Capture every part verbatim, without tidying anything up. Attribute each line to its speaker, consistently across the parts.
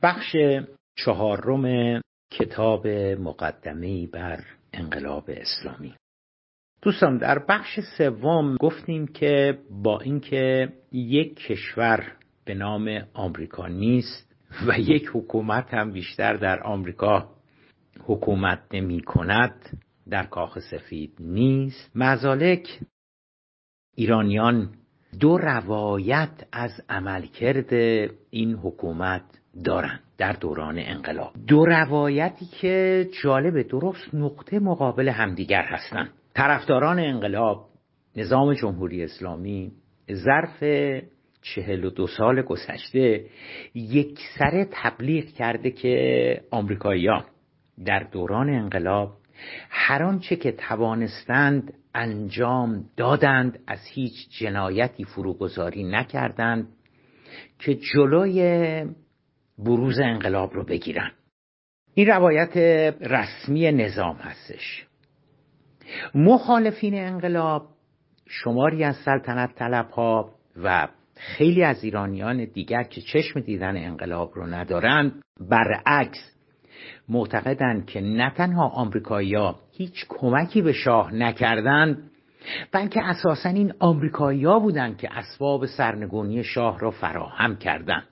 Speaker 1: بخش چهارم کتاب مقدمه‌ای بر انقلاب اسلامی. دوستان، در بخش سوم گفتیم که با اینکه یک کشور به نام آمریکا نیست و یک حکومت هم بیشتر در آمریکا حکومت نمی کند، در کاخ سفید نیست، مزالک ایرانیان دو روایت از عملکرد این حکومت دارند در دوران انقلاب. دو روایتی که جالب درست نقطه مقابل همدیگر هستند. طرفداران انقلاب، نظام جمهوری اسلامی ظرف چهل و دو سال گذشته یک سره تبلیغ کرده که آمریکایی‌ها در دوران انقلاب هر آنچه که توانستند انجام دادند، از هیچ جنایتی فروگذاری نکردند که جلوی بروز انقلاب رو بگیرن. این روایت رسمی نظام هستش. مخالفین انقلاب، شماری از سلطنت طلبها و خیلی از ایرانیان دیگر که چشم دیدن انقلاب رو ندارند، برعکس معتقدند که نه تنها آمریکایی‌ها هیچ کمکی به شاه نکردند، بلکه اساساً این آمریکایی‌ها بودند که اسباب سرنگونی شاه را فراهم کردند.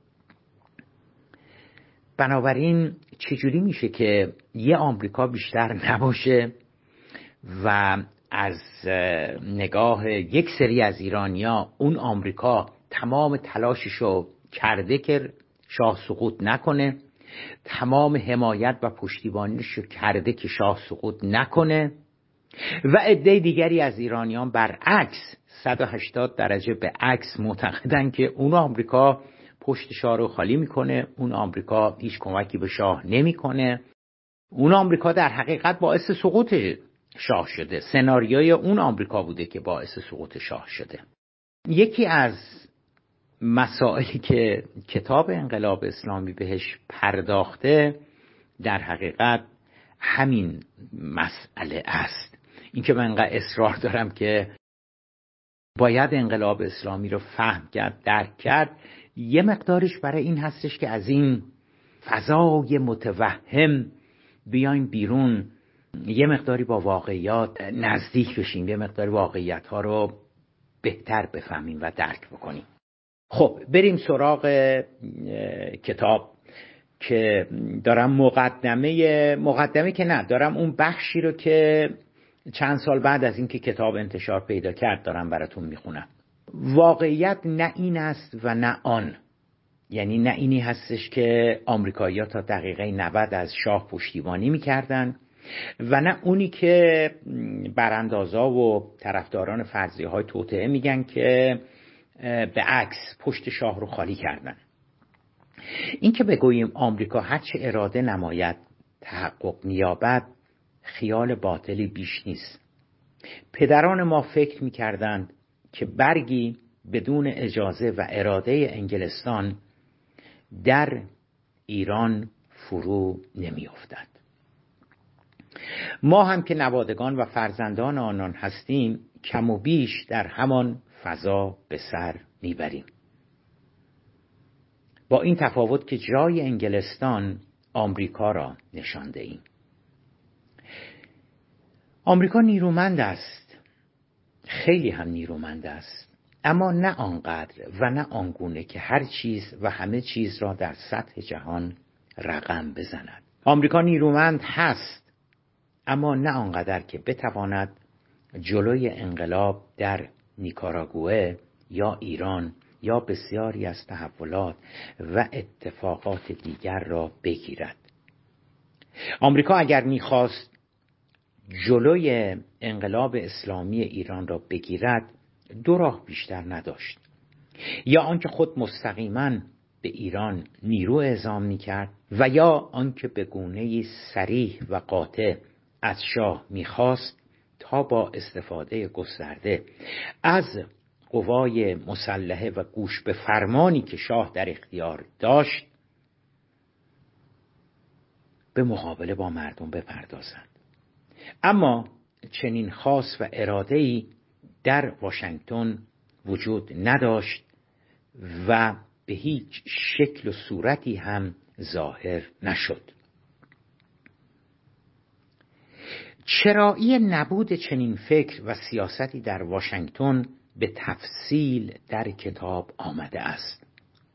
Speaker 1: بنابراین چجوری میشه که یه آمریکا بیشتر نباشه و از نگاه یک سری از ایرانی‌ها اون آمریکا تمام تلاششو کرده که شاه سقوط نکنه، تمام حمایت و پشتیبانیشو کرده که شاه سقوط نکنه، و عده دیگری از ایرانیان برعکس صد و هشتاد درجه به عکس معتقدن که اون آمریکا پشت شاه رو خالی میکنه، اون آمریکا هیچ کمکی به شاه نمیکنه، اون آمریکا در حقیقت باعث سقوط شاه شده، سناریوی اون آمریکا بوده که باعث سقوط شاه شده. یکی از مسائلی که کتاب انقلاب اسلامی بهش پرداخته در حقیقت همین مسئله است. این که من انقدر اصرار دارم که باید انقلاب اسلامی رو فهم کرد، درک کرد، یه مقدارش برای این هستش که از این فضای متوهم بیایم بیرون، یه مقداری با واقعیات نزدیک بشیم، یه مقداری واقعیت ها رو بهتر بفهمیم و درک بکنیم. خب بریم سراغ کتاب که دارم مقدمه مقدمه که نه دارم اون بخشی رو که چند سال بعد از اینکه کتاب انتشار پیدا کرد دارم براتون میخونم. واقعیت نه این است و نه آن، یعنی نه اینی هستش که آمریکایی‌ها تا دقیقه نود از شاه پشتیبانی میکردن و نه اونی که براندازا و طرفداران فرضیه های توطئه میگن که به عکس پشت شاه رو خالی کردن. این که بگوییم آمریکا هرچه اراده نماید تحقق نیابد، خیال باطلی بیش نیست. پدران ما فکر میکردند که برگی بدون اجازه و اراده انگلستان در ایران فرو نمیافتد. ما هم که نوادگان و فرزندان آنان هستیم، کم و بیش در همان فضا به سر میبریم، با این تفاوت که جای انگلستان آمریکا را نشانده ایم. آمریکا نیرومند است، خیلی هم نیرومند است، اما نه آنقدر و نه آنگونه که هر چیز و همه چیز را در سطح جهان رقم بزند. آمریکا نیرومند هست، اما نه آنقدر که بتواند جلوی انقلاب در نیکاراگوئه یا ایران یا بسیاری از تحولات و اتفاقات دیگر را بگیرد. آمریکا اگر می‌خواست جلوی انقلاب اسلامی ایران را بگیرد، دو راه بیشتر نداشت: یا آنکه خود مستقیما به ایران نیرو اعزام می‌کرد و یا آنکه به گونه‌ای صریح و قاطع از شاه می‌خواست تا با استفاده گسترده از قوای مسلحه و گوش به فرمانی که شاه در اختیار داشت به مقابله با مردم بپردازند. اما چنین خواست و اراده‌ای در واشنگتن وجود نداشت و به هیچ شکل و صورتی هم ظاهر نشد. چرایی نبود چنین فکر و سیاستی در واشنگتن به تفصیل در کتاب آمده است.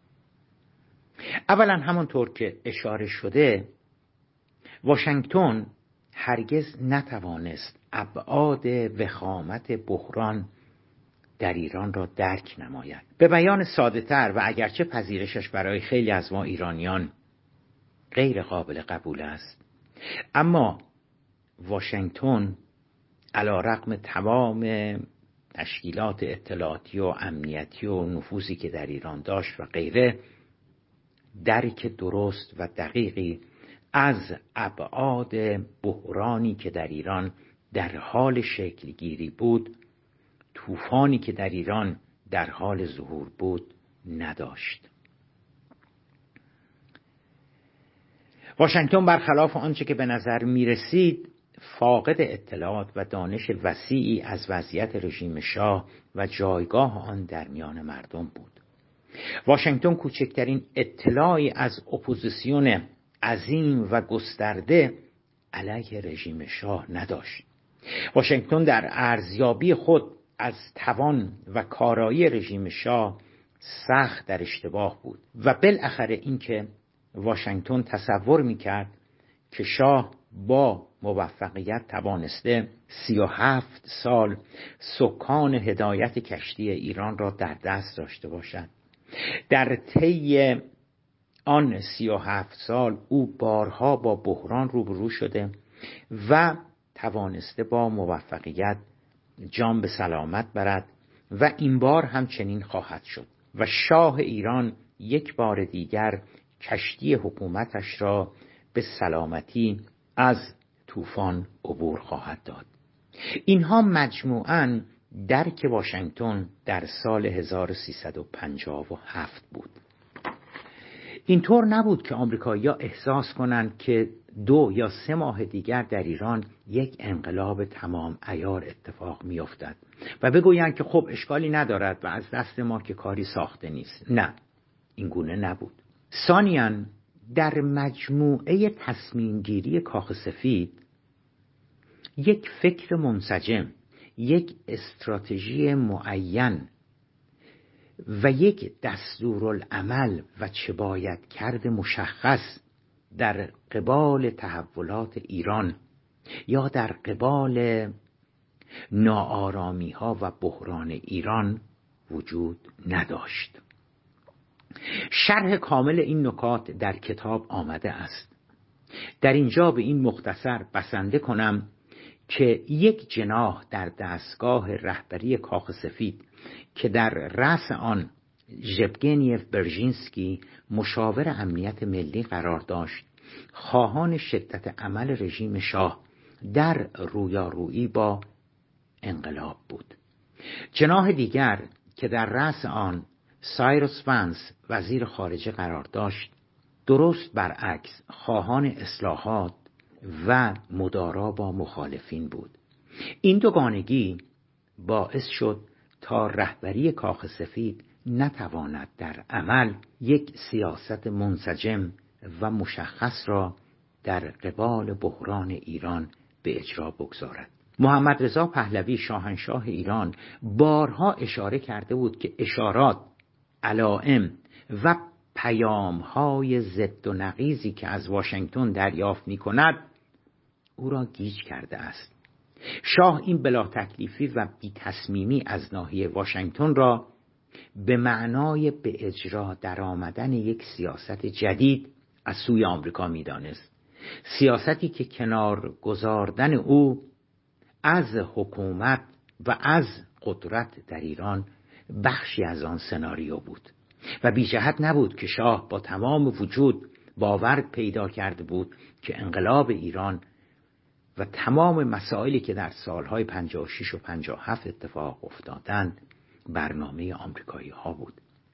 Speaker 1: اولا همانطور که اشاره شده، واشنگتن هرگز نتوانست ابعاد وخامت بحران در ایران را درک نماید. به بیان ساده تر و اگرچه پذیرشش برای خیلی از ما ایرانیان غیر قابل قبول است، اما واشنگتن علیرغم تمام تشکیلات اطلاعاتی و امنیتی و نفوذی که در ایران داشت و غیره، درک درست و دقیقی از ابعاد بحرانی که در ایران در حال شکل گیری بود، طوفانی که در ایران در حال ظهور بود، نداشت. واشنگتن برخلاف آنچه که به نظر می رسید فاقد اطلاعات و دانش وسیعی از وضعیت رژیم شاه و جایگاه آن در میان مردم بود. واشنگتن کوچکترین اطلاعی از اپوزیسیون عظیم و گسترده علیه رژیم شاه نداشت. واشنگتن در ارزیابی خود از توان و کارایی رژیم شاه سخت در اشتباه بود و بالاخره اینکه واشنگتن تصور میکرد که شاه با موفقیت توانسته سی و هفت سال سکان هدایت کشتی ایران را در دست داشته باشد. در طی آن سی و هفت سال او بارها با بحران روبرو شده و توانسته با موفقیت جان به سلامت برد و این بار هم چنین خواهد شد و شاه ایران یک بار دیگر کشتی حکومتش را به سلامتی از طوفان عبور خواهد داد. اینها مجموعاً درک واشنگتن در سال هزار و سیصد و پنجاه و هفت بود. اینطور نبود که آمریکایی‌ها احساس کنند که دو یا سه ماه دیگر در ایران یک انقلاب تمام عیار اتفاق می‌افتد و بگویند که خب اشکالی ندارد و از دست ما که کاری ساخته نیست. نه، این گونه نبود. ثانیاً در مجموعه تصمیم گیری کاخ سفید یک فکر منسجم، یک استراتژی معین و یک دستورالعمل و چه باید کرد مشخص در قبال تحولات ایران یا در قبال ناآرامی ها و بحران ایران وجود نداشت. شرح کامل این نکات در کتاب آمده است. در اینجا به این مختصر بسنده کنم که یک جناح در دستگاه رهبری کاخ سفید که در رأس آن ژبگنیف برژینسکی مشاور امنیت ملی قرار داشت، خواهان شدت عمل رژیم شاه در رویارویی با انقلاب بود. جناح دیگر که در رأس آن سایروس ونس وزیر خارجه قرار داشت، درست برعکس خواهان اصلاحات و مدارا با مخالفین بود. این دوگانگی باعث شد تا رهبری کاخ سفید نتواند در عمل یک سیاست منسجم و مشخص را در قبال بحران ایران به اجرا بگذارد. محمد رضا پهلوی شاهنشاه ایران بارها اشاره کرده بود که اشارات، علائم و پیام‌های ضد و نقیضی که از واشنگتن دریافت می‌کند او را گیج کرده است. شاه این بلا تکلیفی و بی تصمیمی از ناحیه واشنگتن را به معنای به اجرا در آمدن یک سیاست جدید از سوی آمریکا می‌دانست. سیاستی که کنار گذاردن او از حکومت و از قدرت در ایران بخشی از آن سناریو بود و بی جهت نبود که شاه با تمام وجود باور پیدا کرده بود که انقلاب ایران و تمام مسائلی که در سالهای پنجاه و شش و پنجاه و هفت اتفاق افتادند برنامه آمریکایی ها بود.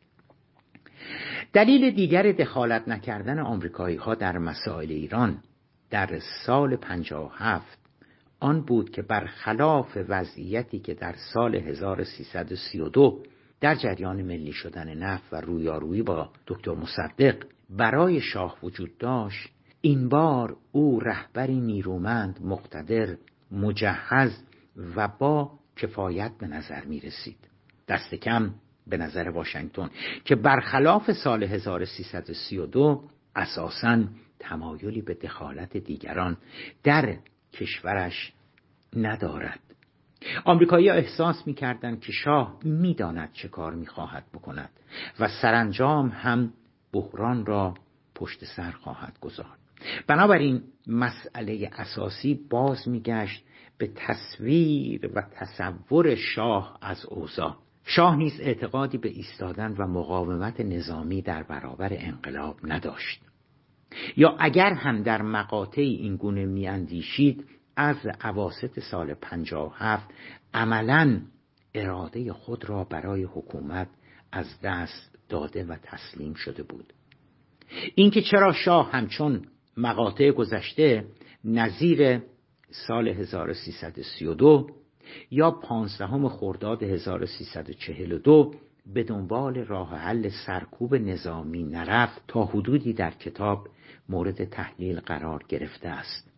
Speaker 1: دلیل دیگر دخالت نکردن آمریکایی ها در مسائل ایران در سال پنجاه و هفت آن بود که برخلاف وضعیتی که در سال هزار و سیصد و سی و دو در جریان ملی شدن نفت و رویارویی با دکتر مصدق برای شاه وجود داشت، این بار او رهبری نیرومند، مقتدر، مجهز و با کفایت به نظر می رسید. دست کم به نظر واشنگتن که برخلاف سال هزار و سیصد و سی و دو اساساً تمایلی به دخالت دیگران در کشورش ندارد. آمریکایی‌ها احساس می‌کردند که شاه می‌داند چه کار می‌خواهد بکند و سرانجام هم بحران را پشت سر خواهد گذارد. بنابراین مسئله اساسی باز می‌گشت به تصویر و تصور شاه از اوضاع. شاه نیز اعتقادی به ایستادن و مقاومت نظامی در برابر انقلاب نداشت، یا اگر هم در مقاطعی این گونه می‌اندیشید، از اواسط سال پنجاه و هفت عملاً اراده خود را برای حکومت از دست داده و تسلیم شده بود. اینکه چرا شاه همچون مقاطع گذشته نظیر سال هزار و سیصد و سی و دو یا پانزدهم خرداد هزار و سیصد و چهل و دو به دنبال راه حل سرکوب نظامی نرفت، تا حدودی در کتاب مورد تحلیل قرار گرفته است.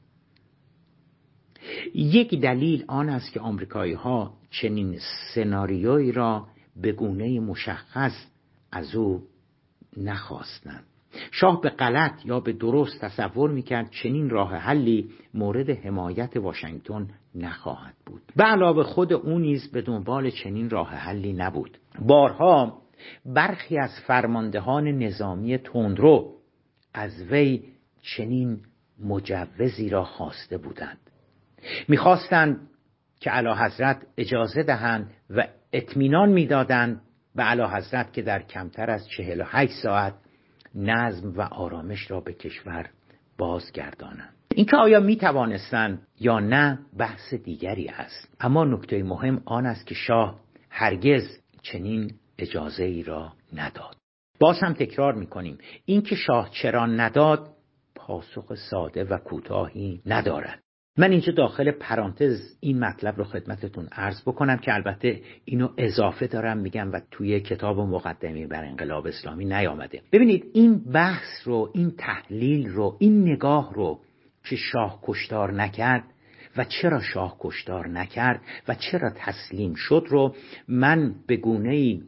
Speaker 1: یک دلیل آن است که آمریکایی‌ها چنین سناریویی را به گونه مشخص از او نخواستند. شاه به غلط یا به درست تصور می‌کرد چنین راه حلی مورد حمایت واشنگتن نخواهد بود. به علاوه خود او نیز به دنبال چنین راه حلی نبود. بارها برخی از فرماندهان نظامی تندرو از وی چنین مجوزی را خواسته بودند. می‌خواستند که اعلیحضرت اجازه دهند و اطمینان می‌دادند به اعلیحضرت که در کمتر از چهل و هشت ساعت نظم و آرامش را به کشور بازگردانند. اینکه آیا می‌توانستند یا نه بحث دیگری است، اما نکته مهم آن است که شاه هرگز چنین اجازه ای را نداد. باز هم تکرار می‌کنیم، اینکه شاه چرا نداد پاسخ ساده و کوتاهی ندارد. من اینجا داخل پرانتز این مطلب رو خدمتتون عرض بکنم که البته اینو اضافه دارم میگم و توی کتاب مقدمه بر انقلاب اسلامی نیامده. ببینید این بحث رو، این تحلیل رو، این نگاه رو که شاه کشتار نکرد و چرا شاه کشتار نکرد و چرا تسلیم شد رو من به گونه‌ای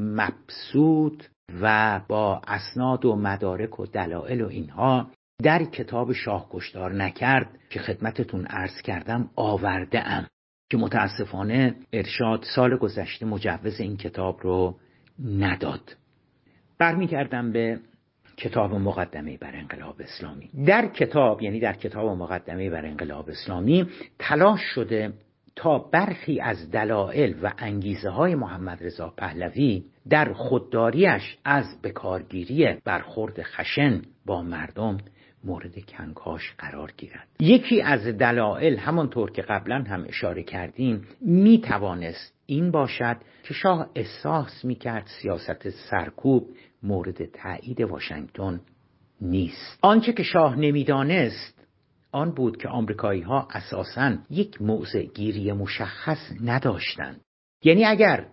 Speaker 1: مبسوط و با اسناد و مدارک و دلایل و اینها در کتاب شاه کشتار نکرد که خدمتتون عرض کردم آورده ام که متاسفانه ارشاد سال گذشته مجوز این کتاب رو نداد. برمیگردم به کتاب مقدمه بر انقلاب اسلامی. در کتاب، یعنی در کتاب مقدمه بر انقلاب اسلامی، تلاش شده تا برخی از دلایل و انگیزه های محمد رضا پهلوی در خودداریش از بکارگیری برخورد خشن با مردم مورد کنکاش قرار گیرد. یکی از دلایل، همانطور که قبلا هم اشاره کردیم، می توانست این باشد که شاه احساس می کرد سیاست سرکوب مورد تایید واشنگتن نیست. آنچه که شاه نمی دانست آن بود که آمریکایی ها اساساً یک موضع گیری مشخص نداشتند. یعنی اگر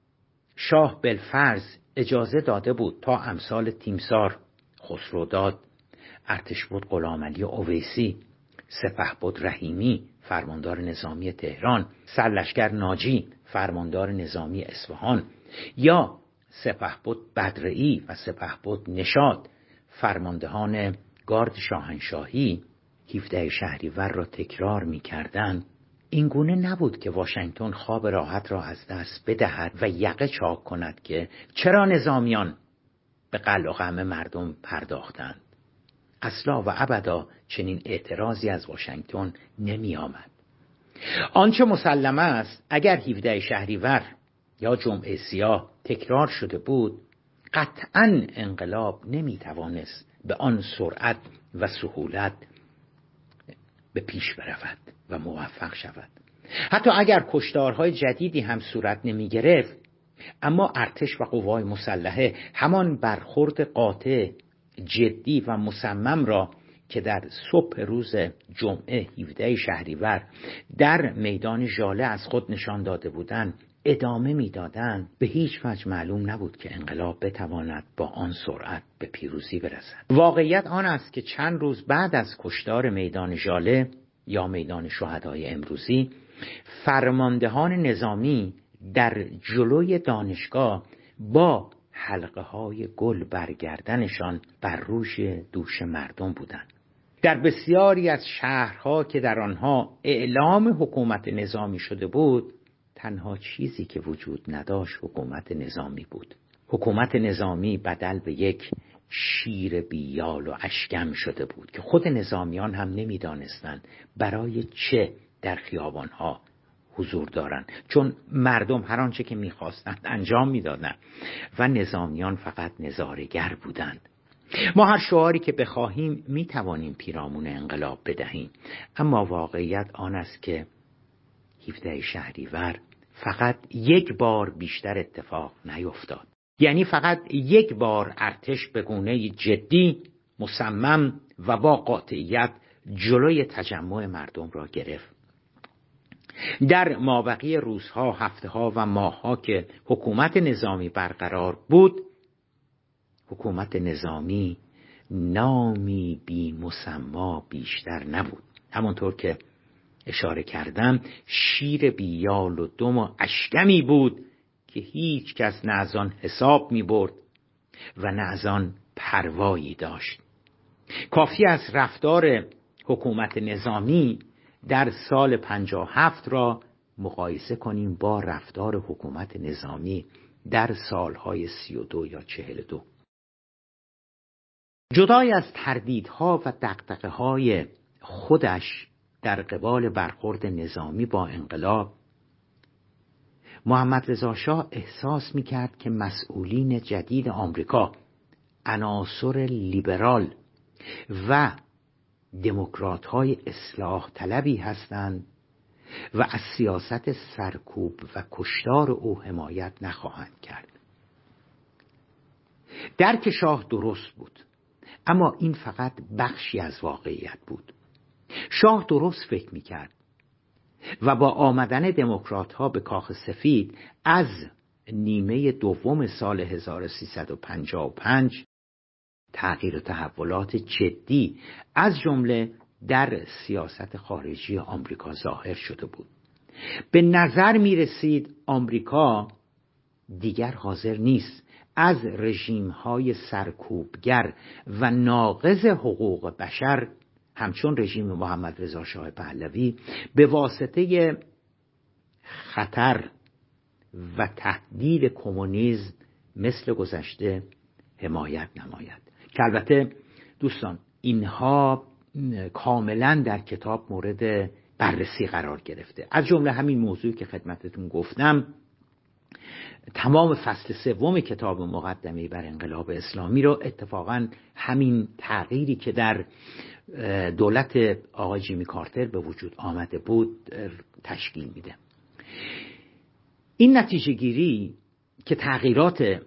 Speaker 1: شاه بالفرض اجازه داده بود تا امثال تیمسار، خسروداد، ارتشبد غلامعلی اویسی، سپهبد رحیمی فرماندار نظامی تهران، سرلشکر ناجی فرماندار نظامی اصفهان، یا سپهبد بدرعی و سپهبد نشاط فرماندهان گارد شاهنشاهی هفده شهریور را تکرار می کردن، این گونه نبود که واشنگتن خواب راحت را از دست بدهد و یقه چاک کند که چرا نظامیان به قلع و قمع مردم پرداختند. اصلا و ابدا چنین اعتراضی از واشنگتن نمی آمد. آنچه مسلم است اگر هفده شهریور یا جمعه سیاه تکرار شده بود، قطعاً انقلاب نمی توانست به آن سرعت و سهولت به پیش برود و موفق شود. حتی اگر کشتارهای جدیدی هم صورت نمی گرفت، اما ارتش و قوای مسلحه همان برخورد قاطع، جدی و مصمم را که در صبح روز جمعه هفده شهریور در میدان ژاله از خود نشان داده بودند ادامه میدادند به هیچ وجه معلوم نبود که انقلاب بتواند با آن سرعت به پیروزی برسد. واقعیت آن است که چند روز بعد از کشتار میدان ژاله یا میدان شهدای امروزی، فرماندهان نظامی در جلوی دانشگاه با حلقه های گل برگردنشان بر روش دوش مردم بودند. در بسیاری از شهرها که در آنها اعلام حکومت نظامی شده بود، تنها چیزی که وجود نداشت حکومت نظامی بود. حکومت نظامی بدل به یک شیر بیال و اشکم شده بود که خود نظامیان هم نمیدانستند برای چه در خیابانها حضور دارند، چون مردم هر آنچه که میخواستند انجام میدادند و نظامیان فقط نظاره‌گر بودند. ما هر شعاری که بخواهیم میتوانیم پیرامون انقلاب بدهیم، اما واقعیت آن است که هفدهم شهریور فقط یک بار بیشتر اتفاق نیفتاد. یعنی فقط یک بار ارتش به گونه جدی، مصمم و با قاطعیت جلوی تجمع مردم را گرفت. در مابقی روزها، هفته‌ها و ماه‌ها که حکومت نظامی برقرار بود، حکومت نظامی نامی بی مسما بیشتر نبود. همونطور که اشاره کردم، شیر بیال و دم و اشکمی بود که هیچ کس نه از آن حساب می برد و نه از آن پروایی داشت. کافی از رفتار حکومت نظامی در سال پنجاه و هفت را مقایسه کنیم با رفتار حکومت نظامی در سالهای سی و دو یا چهل و دو. جدای از تردیدها و دغدغه‌های خودش در قبال برخورد نظامی با انقلاب، محمد رضا شاه احساس می‌کرد که مسئولین جدید آمریکا عناصر لیبرال و دموکرات‌های اصلاح طلبی هستند و از سیاست سرکوب و کشتار او حمایت نخواهند کرد. درک شاه درست بود، اما این فقط بخشی از واقعیت بود. شاه درست فکر می‌کرد و با آمدن دموکرات‌ها به کاخ سفید از نیمه دوم سال هزار و سیصد و پنجاه و پنج تغییر و تحولات جدی از جمله در سیاست خارجی آمریکا ظاهر شده بود. به نظر می رسید آمریکا دیگر حاضر نیست از رژیم‌های سرکوبگر و ناقض حقوق بشر همچون رژیم محمد رضا شاه پهلوی به واسطه خطر و تهدید کمونیسم مثل گذشته حمایت نماید. که البته دوستان اینها کاملا در کتاب مورد بررسی قرار گرفته. از جمله همین موضوعی که خدمتتون گفتم، تمام فصل سوم کتاب مقدمه بر انقلاب اسلامی رو اتفاقا همین تغییری که در دولت آقای جیمی کارتر به وجود آمده بود تشکیل میده. این نتیجه گیری که تغییرات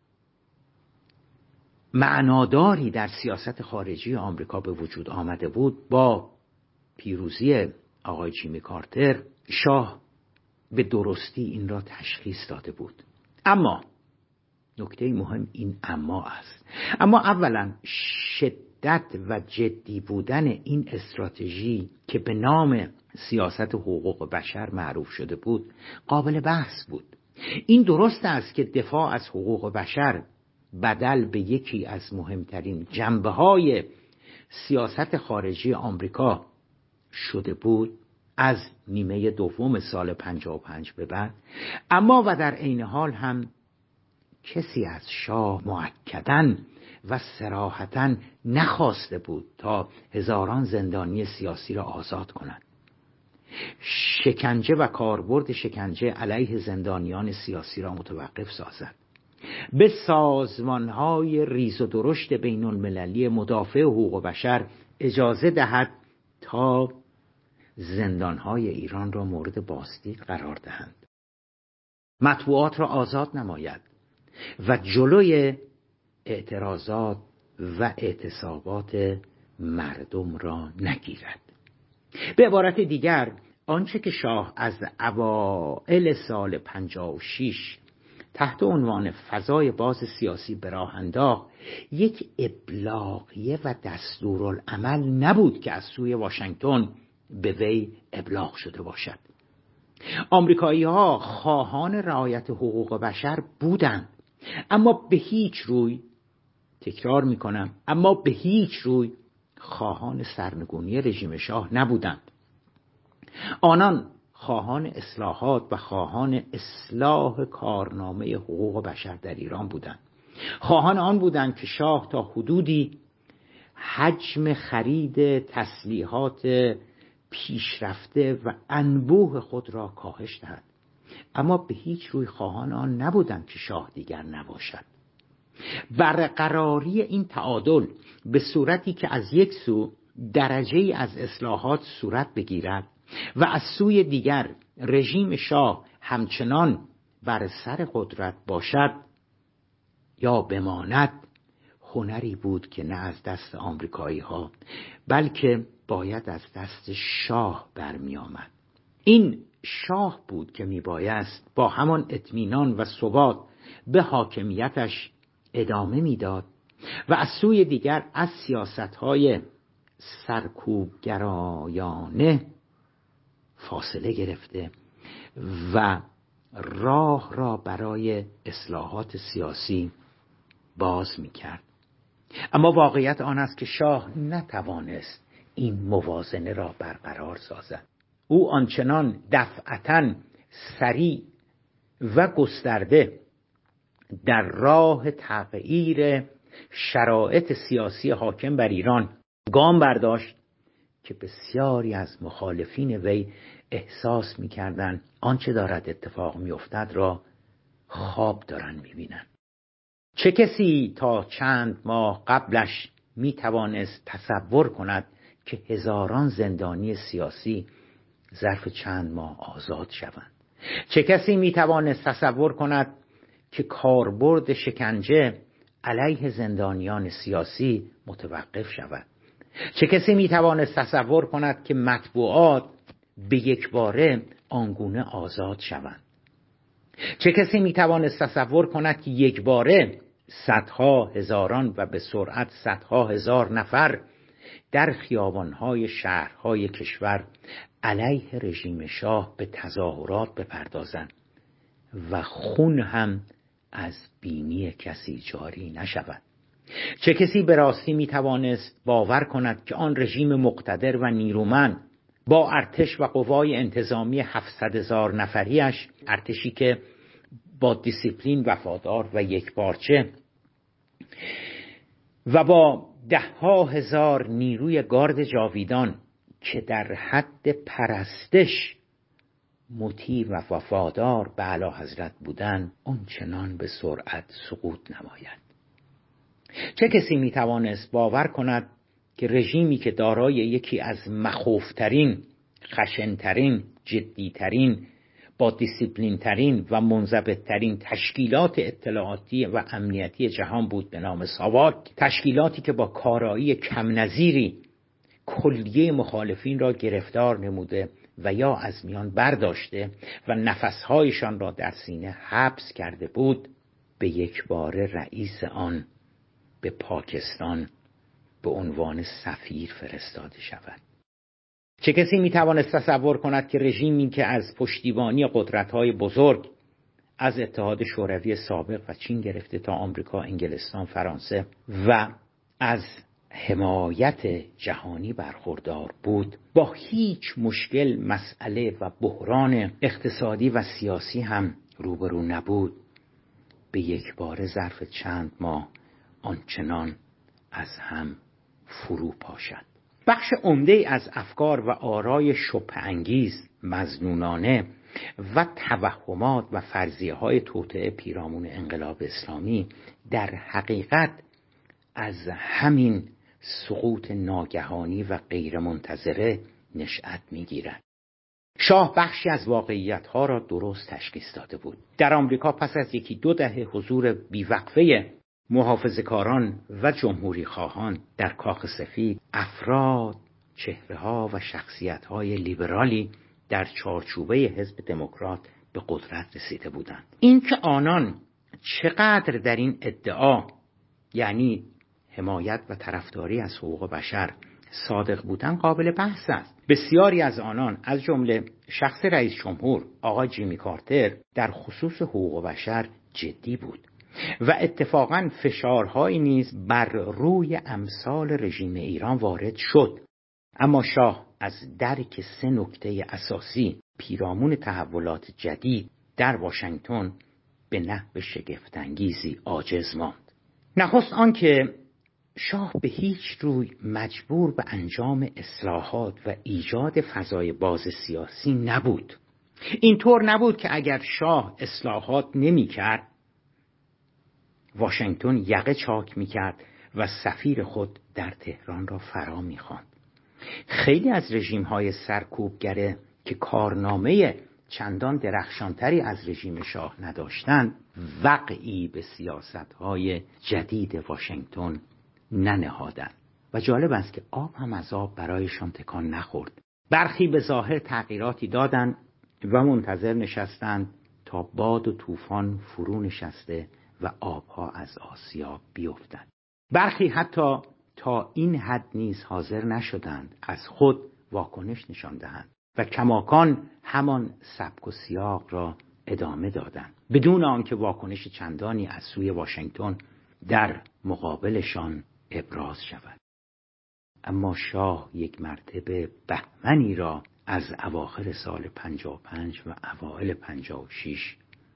Speaker 1: معناداری در سیاست خارجی آمریکا به وجود آمده بود، با پیروزی آقای جیمی کارتر شاه به درستی این را تشخیص داده بود. اما نکته مهم این اما است. اما اولا شدت و جدی بودن این استراتژی که به نام سیاست حقوق بشر معروف شده بود قابل بحث بود. این درست است که دفاع از حقوق بشر بدل به یکی از مهمترین جنبه‌های سیاست خارجی آمریکا شده بود از نیمه دوم سال پنجاه و پنج به بعد، اما و در عین حال هم کسی از شاه مؤکداً و صراحتاً نخواسته بود تا هزاران زندانی سیاسی را آزاد کند. شکنجه و کاربرد شکنجه علیه زندانیان سیاسی را متوقف سازد. به سازمان‌های ریز و درشت بین المللی مدافع حقوق بشر اجازه دهد تا زندان‌های ایران را مورد بازدید قرار دهند، مطبوعات را آزاد نماید و جلوی اعتراضات و اعتصابات مردم را نگیرد. به عبارت دیگر آنچه که شاه از اوائل سال پنجاه و شش تحت عنوان فضای باز سیاسی به راه انداخت یک ابلاغیه و دستورالعمل نبود که از سوی واشنگتن به وی ابلاغ شده باشد. آمریکایی‌ها خواهان رعایت حقوق بشر بودند، اما به هیچ روی، تکرار میکنم، اما به هیچ روی خواهان سرنگونی رژیم شاه نبودند. آنان خواهان اصلاحات و خواهان اصلاح کارنامه حقوق بشر در ایران بودند. خواهان آن بودند که شاه تا حدودی حجم خرید تسلیحات پیشرفته و انبوه خود را کاهش دهد، اما به هیچ روی خواهان آن نبودند که شاه دیگر نباشد. برقراری این تعادل به صورتی که از یک سو درجه‌ای از اصلاحات صورت بگیرد و از سوی دیگر رژیم شاه همچنان بر سر قدرت باشد یا بماند، هنری بود که نه از دست آمریکایی ها بلکه باید از دست شاه برمی آمد. این شاه بود که می بایست با همان اطمینان و ثبات به حاکمیتش ادامه میداد و از سوی دیگر از سیاست‌های سرکوبگرایانه فاصله گرفته و راه را برای اصلاحات سیاسی باز می‌کرد. اما واقعیت آن است که شاه نتوانست این موازنه را برقرار سازد. او آنچنان دفعتاً سریع و گسترده در راه تغییر شرایط سیاسی حاکم بر ایران گام برداشت که بسیاری از مخالفین وی احساس می‌کردند آنچه دارد اتفاق می‌افتد را خواب دارند می‌بینند. چه کسی تا چند ماه قبلش می‌توانست تصور کند که هزاران زندانی سیاسی ظرف چند ماه آزاد شوند؟ چه کسی می‌توانست تصور کند که کاربرد شکنجه علیه زندانیان سیاسی متوقف شود؟ چه کسی میتوانست تصور کند که مطبوعات به یک باره آنگونه آزاد شوند؟ چه کسی میتوانست تصور کند که یک باره صدها هزاران و به سرعت صدها هزار نفر در خیابانهای شهرهای کشور علیه رژیم شاه به تظاهرات بپردازند و خون هم از بینی کسی جاری نشود؟ چه کسی به راستی می توانست باور کند که آن رژیم مقتدر و نیرومند با ارتش و قوای انتظامی هفتصد هزار نفریش، ارتشی که با دیسیپلین وفادار و یکپارچه و با ده ها هزار نیروی گارد جاویدان که در حد پرستش مطیع و وفادار به اعلیحضرت بودند، اون چنان به سرعت سقوط نماید؟ چه کسی میتوانست باور کند که رژیمی که دارای یکی از مخوفترین، خشنترین، جدیترین، با دیسیپلین ترین و منضبط ترین تشکیلات اطلاعاتی و امنیتی جهان بود به نام ساواک، تشکیلاتی که با کارایی کم نظیری کلیه مخالفین را گرفتار نموده و یا از میان برداشته و نفسهایشان را در سینه حبس کرده بود، به یک باره رئیس آن به پاکستان به عنوان سفیر فرستاده شود؟ چه کسی میتوانست تصور کند که رژیمی که از پشتیبانی قدرت‌های بزرگ از اتحاد شوروی سابق و چین گرفته تا آمریکا، انگلستان، فرانسه و از حمایت جهانی برخوردار بود، با هیچ مشکل، مسئله و بحران اقتصادی و سیاسی هم روبرو نبود، به یک باره ظرف چند ماه آنچنان از هم فرو پاشد؟ بخش عمده از افکار و آرای شبه‌انگیز، مظنونانه و توهمات و فرضیه های توطئه پیرامون انقلاب اسلامی در حقیقت از همین سقوط ناگهانی و غیر منتظره نشأت می‌گیرد. شاه بخشی از واقعیت‌ها را درست تشخیص داده بود. در آمریکا پس از یکی دو دهه حضور بیوقفه محافظه‌کاران و جمهوری خواهان در کاخ سفید، افراد، چهره‌ها و شخصیت‌های لیبرالی در چارچوبه حزب دموکرات به قدرت رسیده بودند. اینکه آنان چقدر در این ادعا، یعنی حمایت و طرفداری از حقوق بشر، صادق بودن قابل بحث است. بسیاری از آنان از جمله شخص رئیس جمهور آقای جیمی کارتر در خصوص حقوق بشر جدی بود و اتفاقاً فشارهایی نیز بر روی امثال رژیم ایران وارد شد، اما شاه از درک سه نکته اساسی پیرامون تحولات جدید در واشنگتن به نحو شگفت‌انگیزی عاجز ماند. نخست آنکه شاه به هیچ روی مجبور به انجام اصلاحات و ایجاد فضای باز سیاسی نبود. اینطور نبود که اگر شاه اصلاحات نمی کرد واشنگتن یقه چاک می کرد و سفیر خود در تهران را فرا می خواند. خیلی از رژیم های سرکوبگره که کارنامه چندان درخشانتری از رژیم شاه نداشتند وقعی به سیاست های جدید واشنگتن ننهادند و جالب است که آب هم از آب برایشان تکان نخورد. برخی به ظاهر تغییراتی دادند و منتظر نشستند تا باد و طوفان فرو نشسته و آبها از آسیا بیفتند. برخی حتی تا این حد نیز حاضر نشدند از خود واکنش نشان دهند و کماکان همان سبک و سیاق را ادامه دادند بدون آنکه واکنش چندانی از سوی واشنگتن در مقابلشان ابراز شود. اما شاه یک مرتبه بهمنی را از اواخر سال پنجاه و پنج و اوایل پنجاه و شش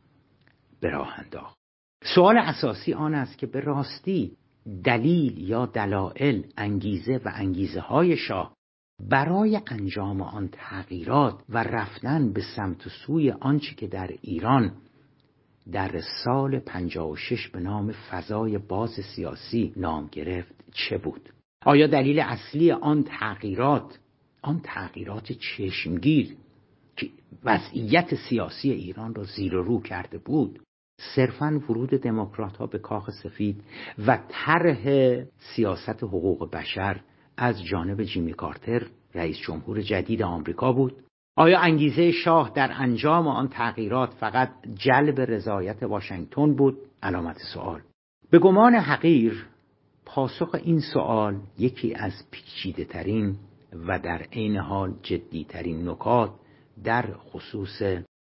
Speaker 1: به راه انداخت. سوال اساسی آن است که به راستی دلیل یا دلایل، انگیزه و انگیزه های شاه برای انجام آن تغییرات و رفتن به سمت و سوی آنچه که در ایران در سال پنجاه و شش به نام فضای باز سیاسی نام گرفت چه بود؟ آیا دلیل اصلی آن تغییرات، آن تغییرات چشمگیر که وضعیت سیاسی ایران را زیر و رو کرده بود، صرفاً ورود دموکرات ها به کاخ سفید و طرح سیاست حقوق بشر از جانب جیمی کارتر رئیس جمهور جدید آمریکا بود؟ آیا انگیزه شاه در انجام آن تغییرات فقط جلب رضایت واشنگتن بود؟ علامت سوال. به گمان حقیر پاسخ این سوال یکی از پیچیده ترین و در عین حال جدی ترین نکات در خصوص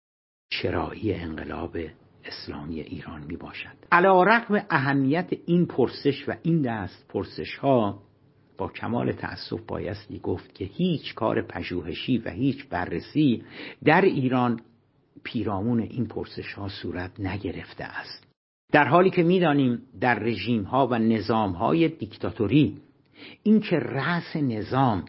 Speaker 1: چرایی انقلاب اسلامی ایران می باشد. علی‌رغم اهمیت این پرسش و این دست پرسش ها، با کمال تأسف بایستی گفت که هیچ کار پژوهشی و هیچ بررسی در ایران پیرامون این پرسش ها صورت نگرفته است. در حالی که می‌دانیم در رژیم ها و نظام های دیکتاتوری این که رأس نظام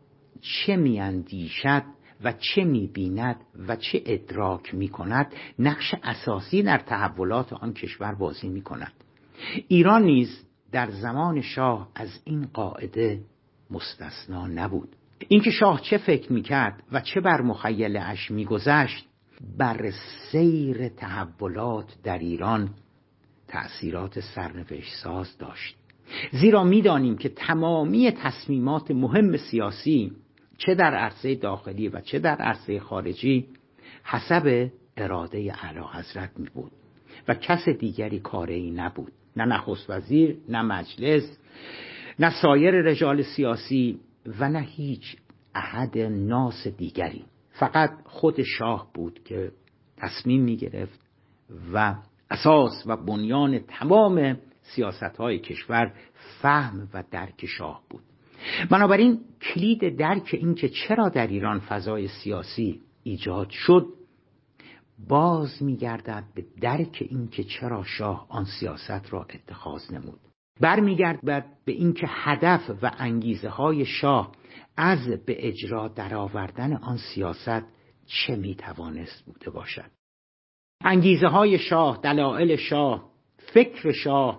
Speaker 1: چه می‌اندیشد و چه می‌بیند و چه ادراک می‌کند نقش اساسی در تحولات آن کشور بازی می‌کند. ایران نیز در زمان شاه از این قاعده مستثنا نبود. اینکه شاه چه فکر می‌کرد و چه بر مخیله اش می‌گذشت بر سیر تحولات در ایران تأثیرات سرنوشت ساز داشت. زیرا می‌دانیم که تمامی تصمیمات مهم سیاسی چه در عرصه داخلی و چه در عرصه خارجی حسب اراده اعلیحضرت می بود و کس دیگری کاری نبود، نه نخست وزیر، نه مجلس، نه سایر رجال سیاسی و نه هیچ احد ناس دیگری. فقط خود شاه بود که تصمیم می گرفت و اساس و بنیان تمام سیاست‌های کشور فهم و درک شاه بود. بنابراین کلید درک این که چرا در ایران فضای سیاسی ایجاد شد باز می‌گردد به درک این که چرا شاه آن سیاست را اتخاذ نمود. برمیگردد به این که هدف و انگیزه های شاه از به اجرا درآوردن آن سیاست چه میتوانست بوده باشد. انگیزه های شاه، دلایل شاه، فکر شاه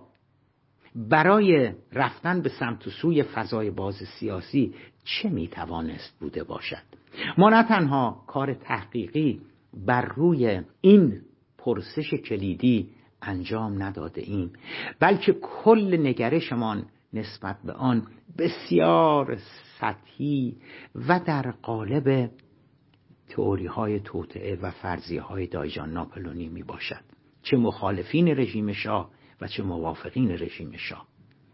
Speaker 1: برای رفتن به سمت و سوی فضای باز سیاسی چه میتوانست بوده باشد. ما نه تنها کار تحقیقی بر روی این پرسش کلیدی انجام نداده ایم، بلکه کل نگرشمان نسبت به آن بسیار سطحی و در قالب تئوری های توطئه و فرضیه های دایجان ناپلونی می باشد، چه مخالفین رژیم شاه و چه موافقین رژیم شاه.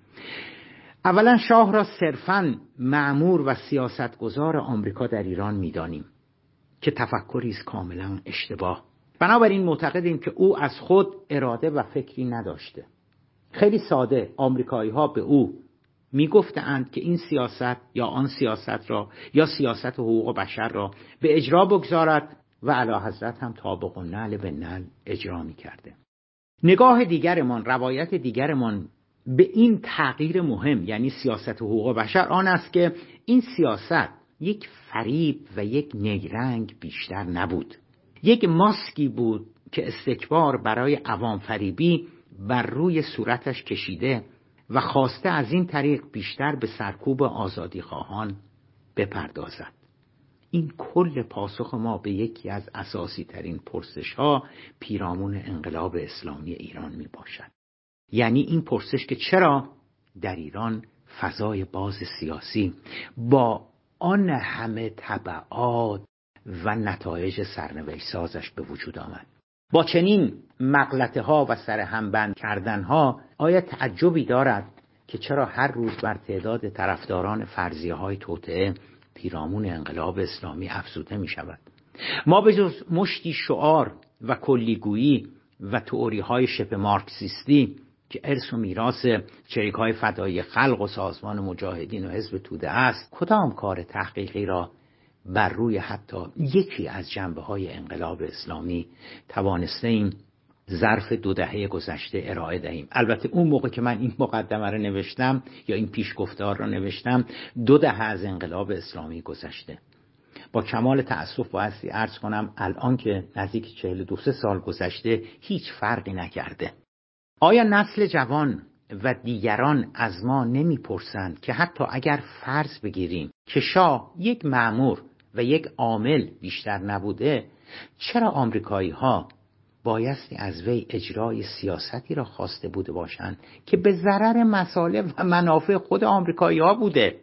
Speaker 1: اولا شاه را صرفاً مأمور و سیاستگزار آمریکا در ایران می‌دانیم که تفکری است کاملاً اشتباه. بنابراین معتقدیم که او از خود اراده و فکری نداشته. خیلی ساده آمریکایی‌ها به او می‌گفتند که این سیاست یا آن سیاست را یا سیاست حقوق بشر را به اجرا بگذارد و اعلیحضرت هم طابق النعل به نعل اجرا می‌کرده. نگاه دیگرمان، روایت دیگرمان به این تغییر مهم یعنی سیاست حقوق بشر آن است که این سیاست یک فریب و یک نیرنگ بیشتر نبود. یک ماسکی بود که استکبار برای عوام فریبی بر روی صورتش کشیده و خواسته از این طریق بیشتر به سرکوب آزادی خواهان بپردازد. این کل پاسخ ما به یکی از اساسی ترین پرسش ها پیرامون انقلاب اسلامی ایران می باشد. یعنی این پرسش که چرا در ایران فضای باز سیاسی با آن همه تبعات و نتایج سرنوشت سازش به وجود آمد. با چنین مغلطه ها و سرهم بند کردن ها آیا تعجبی دارد که چرا هر روز بر تعداد طرفداران فرضیه های توطئه پیرامون انقلاب اسلامی افزوده می شود؟ ما به جز مشتی شعار و کلیگویی و تئوری های شبه مارکسیستی که ارث و میراث چریک‌های فدایی خلق و سازمان مجاهدین و حزب توده است، کدام کار تحقیقی را بر روی حتی یکی از جنبه‌های انقلاب اسلامی توانسته ایم ظرف دو دهه گذشته ارائه دهیم؟ البته اون موقع که من این مقدمه رو نوشتم یا این پیشگفتار رو نوشتم دو دهه از انقلاب اسلامی گذشته. با کمال تأسف بایستی عرض کنم الان که نزدیک چهل و دو سال گذشته هیچ فرقی نکرده. آیا نسل جوان و دیگران از ما نمیپرسند که حتی اگر فرض بگیریم که شاه یک مأمور و یک عامل بیشتر نبوده، چرا آمریکایی ها بایستی از وی اجرای سیاستی را خواسته بوده باشند که به ضرر مصالح و منافع خود آمریکایی ها بوده؟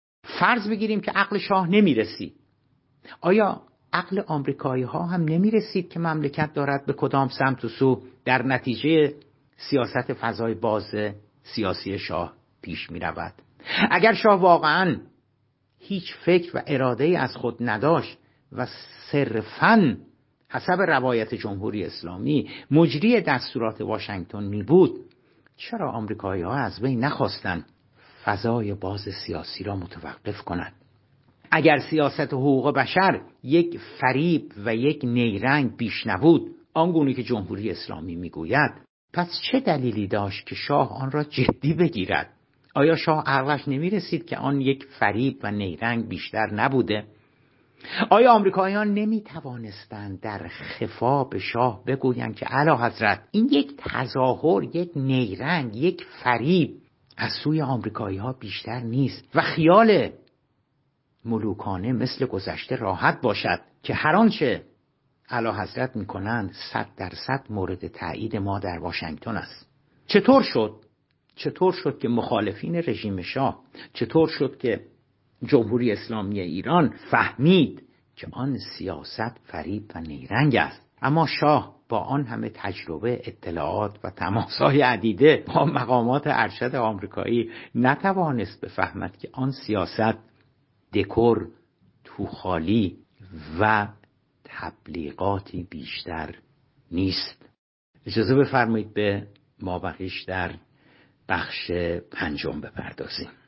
Speaker 1: فرض بگیریم که عقل شاه نمیرسید، آیا عقل آمریکایی ها هم نمیرسید که مملکت دارد به کدام سمت و سو در نتیجه سیاست فضای باز سیاسی شاه پیش می رود؟ اگر شاه واقعاً هیچ فکر و اراده از خود نداشت و صرفاً حسب روایت جمهوری اسلامی مجری دستورات واشنگتن می بود، چرا آمریکایی ها از وی نخواستند فضای باز سیاسی را متوقف کند؟ اگر سیاست حقوق بشر یک فریب و یک نیرنگ بیش نبود آنگونه که جمهوری اسلامی می گوید، پس چه دلیلی داشت که شاه آن را جدی بگیرد؟ آیا شاه عقلش نمی رسید که آن یک فریب و نیرنگ بیشتر نبوده؟ آیا آمریکاییان نمی توانستند در خفا به شاه بگویند که اعلیحضرت این یک تظاهر، یک نیرنگ، یک فریب از سوی آمریکایی ها بیشتر نیست و خیال ملوکانه مثل گذشته راحت باشد که هر آنچه اعلیحضرت میکنند صد درصد مورد تایید ما در واشنگتن است؟ چطور شد چطور شد که مخالفین رژیم شاه، چطور شد که جمهوری اسلامی ایران فهمید که آن سیاست فریب و نیرنگ است، اما شاه با آن همه تجربه، اطلاعات و تماس‌های عدیده با مقامات ارشد آمریکایی نتوانست بفهمد که آن سیاست دکور، توخالی و تبلیغاتی بیشتر نیست؟ اجازه بفرمایید به مابقیش در بخش پنجم بپردازیم.